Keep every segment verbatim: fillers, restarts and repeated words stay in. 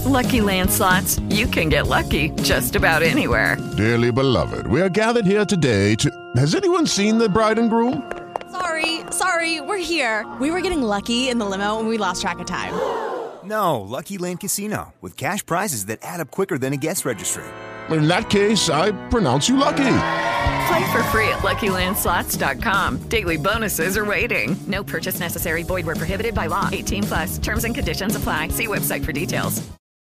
Lucky Land Slots, you can get lucky just about anywhere. Dearly beloved, we are gathered here today to... Has anyone seen the bride and groom? Sorry, sorry, we're here. We were getting lucky in the limo and we lost track of time. No, Lucky Land Casino, with cash prizes that add up quicker than a guest registry. In that case, I pronounce you lucky. Play for free at Lucky Land Slots dot com. Daily bonuses are waiting. No purchase necessary. Void where prohibited by law. eighteen plus. Terms and conditions apply. See website for details.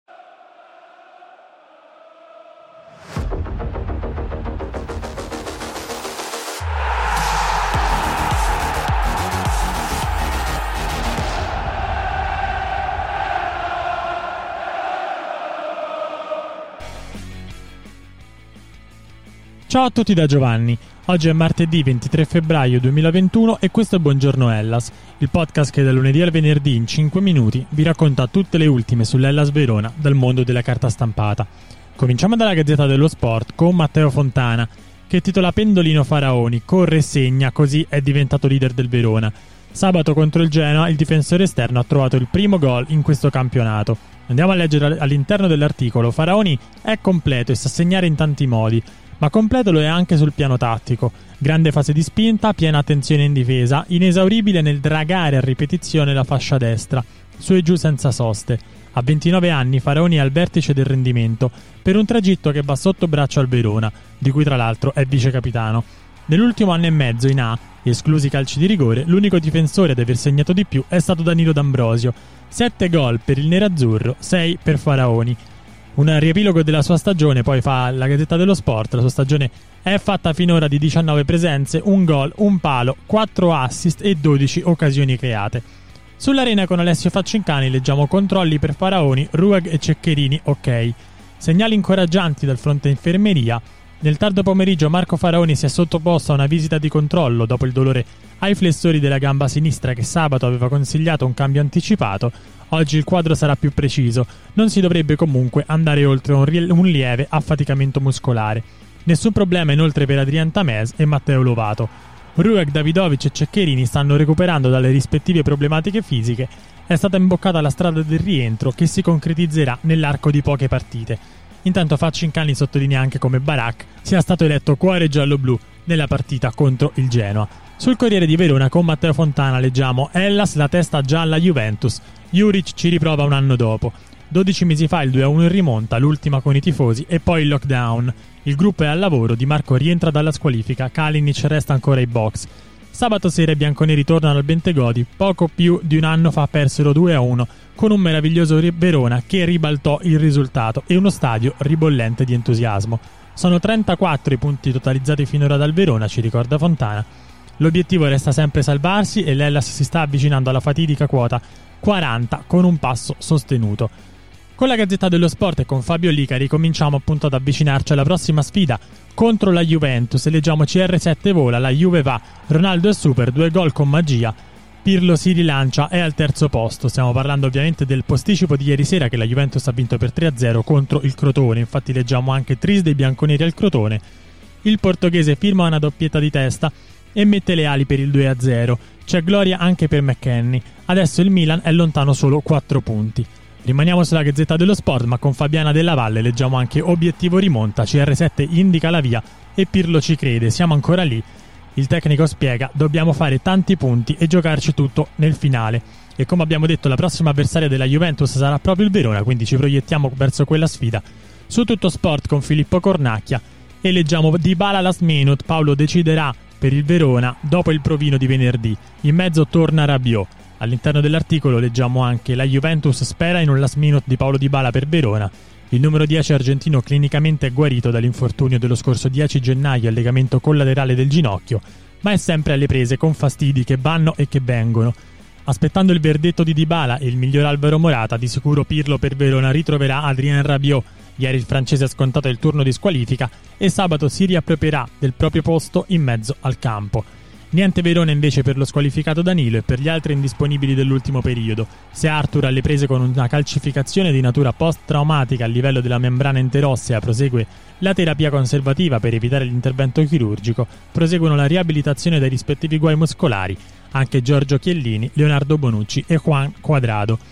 Ciao a tutti da Giovanni, oggi è martedì ventitré febbraio duemilaventuno e questo è Buongiorno Hellas, il podcast che da lunedì al venerdì in cinque minuti vi racconta tutte le ultime sull'Hellas Verona dal mondo della carta stampata. Cominciamo dalla Gazzetta dello Sport con Matteo Fontana, che titola Pendolino Faraoni, corre e segna, così è diventato leader del Verona. Sabato contro il Genoa il difensore esterno ha trovato il primo gol in questo campionato. Andiamo a leggere all'interno dell'articolo. Faraoni è completo e sa segnare in tanti modi, ma completo lo è anche sul piano tattico. Grande fase di spinta, piena attenzione in difesa, inesauribile nel dragare a ripetizione la fascia destra, su e giù senza soste. A ventinove anni Faraoni è al vertice del rendimento, per un tragitto che va sotto braccio al Verona, di cui tra l'altro è vice capitano. Nell'ultimo anno e mezzo in A, esclusi i calci di rigore, l'unico difensore ad aver segnato di più è stato Danilo D'Ambrosio. Sette gol per il nerazzurro, sei per Faraoni. Un riepilogo della sua stagione poi fa la Gazzetta dello Sport. La sua stagione è fatta finora di diciannove presenze, un gol, un palo, quattro assist e dodici occasioni create. Sull'arena con Alessio Faccincani leggiamo controlli per Faraoni, Rueg e Ceccherini, ok. Segnali incoraggianti dal fronte infermeria. Nel tardo pomeriggio Marco Faraoni si è sottoposto a una visita di controllo dopo il dolore ai flessori della gamba sinistra che sabato aveva consigliato un cambio anticipato. Oggi il quadro sarà più preciso, non si dovrebbe comunque andare oltre un, rie- un lieve affaticamento muscolare. Nessun problema inoltre per Adrien Tamez e Matteo Lovato. Rueg, Davidovic e Ceccherini stanno recuperando dalle rispettive problematiche fisiche. È stata imboccata la strada del rientro che si concretizzerà nell'arco di poche partite. Intanto Faccincani sottolinea anche come Barak sia stato eletto cuore giallo-blu nella partita contro il Genoa. Sul Corriere di Verona con Matteo Fontana leggiamo Hellas la testa gialla Juventus. Juric ci riprova un anno dopo. dodici mesi fa il due a uno in rimonta, l'ultima con i tifosi e poi il lockdown. Il gruppo è al lavoro, Di Marco rientra dalla squalifica, Kalinic resta ancora ai box. Sabato sera i bianconeri tornano al Bentegodi, poco più di un anno fa persero due a uno con un meraviglioso Verona che ribaltò il risultato e uno stadio ribollente di entusiasmo. Sono trentaquattro i punti totalizzati finora dal Verona, ci ricorda Fontana. L'obiettivo resta sempre salvarsi e l'Hellas si sta avvicinando alla fatidica quota quaranta con un passo sostenuto. Con la Gazzetta dello Sport e con Fabio Lica ricominciamo appunto ad avvicinarci alla prossima sfida contro la Juventus e leggiamo C R sette vola, la Juve va, Ronaldo è super, due gol con magia, Pirlo si rilancia, è al terzo posto. Stiamo parlando ovviamente del posticipo di ieri sera che la Juventus ha vinto per tre a zero contro il Crotone, infatti leggiamo anche tris dei bianconeri al Crotone. Il portoghese firma una doppietta di testa e mette le ali per il due a zero. C'è gloria anche per McKennie. Adesso il Milan è lontano solo quattro punti. Rimaniamo sulla Gazzetta dello Sport, ma con Fabiana Della Valle leggiamo anche obiettivo rimonta, C R sette indica la via e Pirlo ci crede, siamo ancora lì. Il tecnico spiega, dobbiamo fare tanti punti e giocarci tutto nel finale. E come abbiamo detto la prossima avversaria della Juventus sarà proprio il Verona, quindi ci proiettiamo verso quella sfida. Su Tutto Sport con Filippo Cornacchia e leggiamo Dybala last minute, Paolo deciderà per il Verona dopo il provino di venerdì. In mezzo torna Rabiot. All'interno dell'articolo leggiamo anche la Juventus spera in un last minute di Paolo Dybala per Verona. Il numero dieci argentino clinicamente è guarito dall'infortunio dello scorso dieci gennaio al legamento collaterale del ginocchio, ma è sempre alle prese con fastidi che vanno e che vengono. Aspettando il verdetto di Dybala e il miglior Alvaro Morata, di sicuro Pirlo per Verona ritroverà Adrien Rabiot. Ieri il francese ha scontato il turno di squalifica e sabato si riapproprierà del proprio posto in mezzo al campo. Niente Verona invece per lo squalificato Danilo e per gli altri indisponibili dell'ultimo periodo. Se Arthur alle prese con una calcificazione di natura post-traumatica a livello della membrana interossea prosegue la terapia conservativa per evitare l'intervento chirurgico, proseguono la riabilitazione dai rispettivi guai muscolari anche Giorgio Chiellini, Leonardo Bonucci e Juan Cuadrado.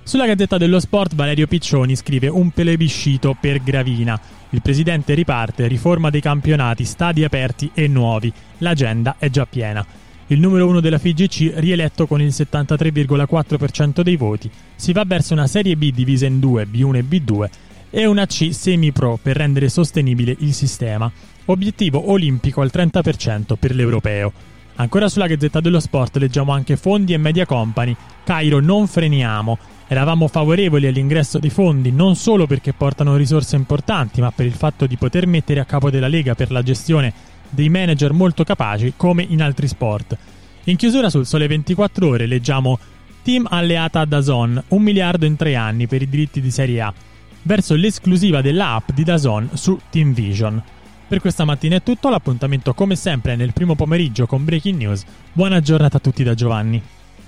Sulla Gazzetta dello Sport Valerio Piccioni scrive un plebiscito per Gravina. Il presidente riparte, riforma dei campionati, stadi aperti e nuovi. L'agenda è già piena. Il numero uno della F I G C rieletto con il settantatré virgola quattro per cento dei voti. Si va verso una Serie B divisa in due, B uno e B due, e una C semi-pro per rendere sostenibile il sistema. Obiettivo olimpico al trenta per cento per l'europeo. Ancora sulla Gazzetta dello Sport leggiamo anche fondi e media company. Cairo, non freniamo. Eravamo favorevoli all'ingresso dei fondi non solo perché portano risorse importanti, ma per il fatto di poter mettere a capo della Lega per la gestione dei manager molto capaci come in altri sport. In chiusura sul Sole ventiquattro Ore leggiamo team alleata a DAZN, un miliardo in tre anni per i diritti di Serie A, verso l'esclusiva dell'app di DAZN su Team Vision. Per questa mattina è tutto, l'appuntamento come sempre nel primo pomeriggio con Breaking News. Buona giornata a tutti da Giovanni.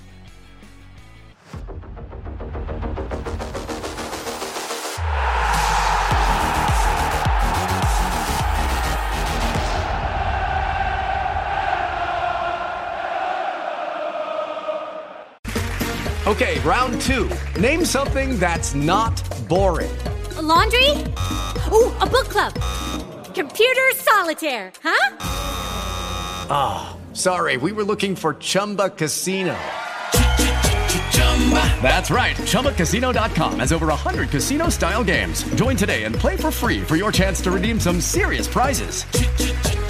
Okay, round two. Name something that's not boring. A laundry? Ooh, a book club. Computer solitaire, huh? Ah, oh, sorry, we were looking for Chumba Casino. That's right, Chumba Casino dot com has over one hundred casino-style games. Join today and play for free for your chance to redeem some serious prizes.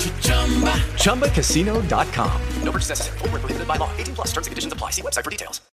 Chumba Casino dot com. No purchase necessary. Void where prohibited by law. eighteen plus terms and conditions apply. See website for details.